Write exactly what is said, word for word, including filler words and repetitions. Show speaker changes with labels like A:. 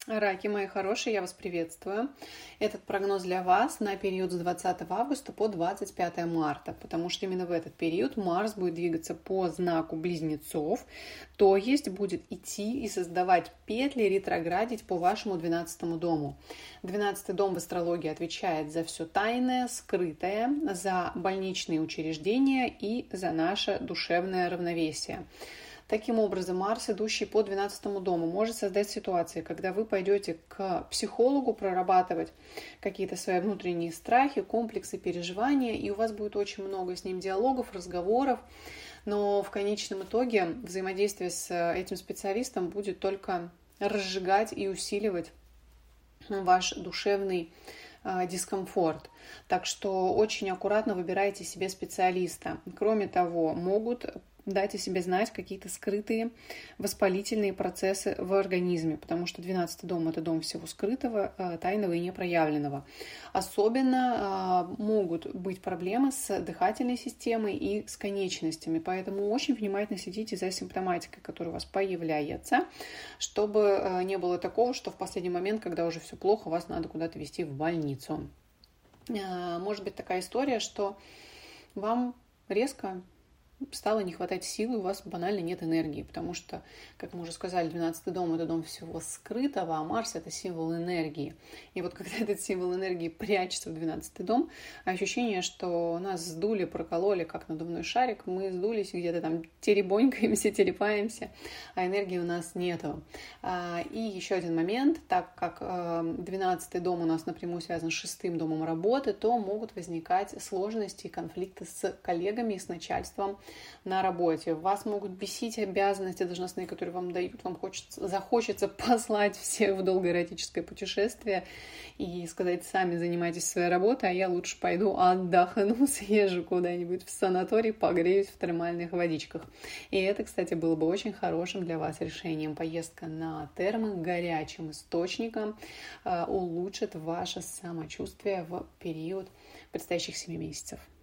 A: Раки, мои хорошие, я вас приветствую. Этот прогноз для вас на период с двадцатого августа по двадцать пятое марта, потому что именно в этот период Марс будет двигаться по знаку Близнецов, то есть будет идти и создавать петли, ретроградить по вашему двенадцатому дому. двенадцатый дом в астрологии отвечает за все тайное, скрытое, за больничные учреждения и за наше душевное равновесие. Таким образом, Марс, идущий по двенадцатому дому, может создать ситуации, когда вы пойдете к психологу прорабатывать какие-то свои внутренние страхи, комплексы, переживания, и у вас будет очень много с ним диалогов, разговоров, но в конечном итоге взаимодействие с этим специалистом будет только разжигать и усиливать ваш душевный дискомфорт. Так что очень аккуратно выбирайте себе специалиста. Кроме того, могут дать о себе знать какие-то скрытые воспалительные процессы в организме, потому что двенадцатый дом – это дом всего скрытого, тайного и непроявленного. Особенно могут быть проблемы с дыхательной системой и с конечностями, поэтому очень внимательно следите за симптоматикой, которая у вас появляется, чтобы не было такого, что в последний момент, когда уже все плохо, вас надо куда-то везти в больницу. Может быть такая история, что вам резко стало не хватать силы, у вас банально нет энергии, потому что, как мы уже сказали, двенадцатый дом – это дом всего скрытого, а Марс – это символ энергии. И вот когда этот символ энергии прячется в двенадцатый дом, ощущение, что нас сдули, прокололи, как надувной шарик, мы сдулись, где-то там теребонькаемся, терепаемся, а энергии у нас нету. И еще один момент, так как двенадцатый дом у нас напрямую связан с шестым домом работы, то могут возникать сложности и конфликты с коллегами и с начальством на работе. Вас могут бесить обязанности должностные, которые вам дают. Вам хочется, захочется послать всех в долгое эротическое путешествие и сказать: сами занимайтесь своей работой, а я лучше пойду отдохну, съезжу куда-нибудь в санаторий, погреюсь в термальных водичках. И это, кстати, было бы очень хорошим для вас решением. Поездка на термы к горячим источникам улучшит ваше самочувствие в период предстоящих семи месяцев.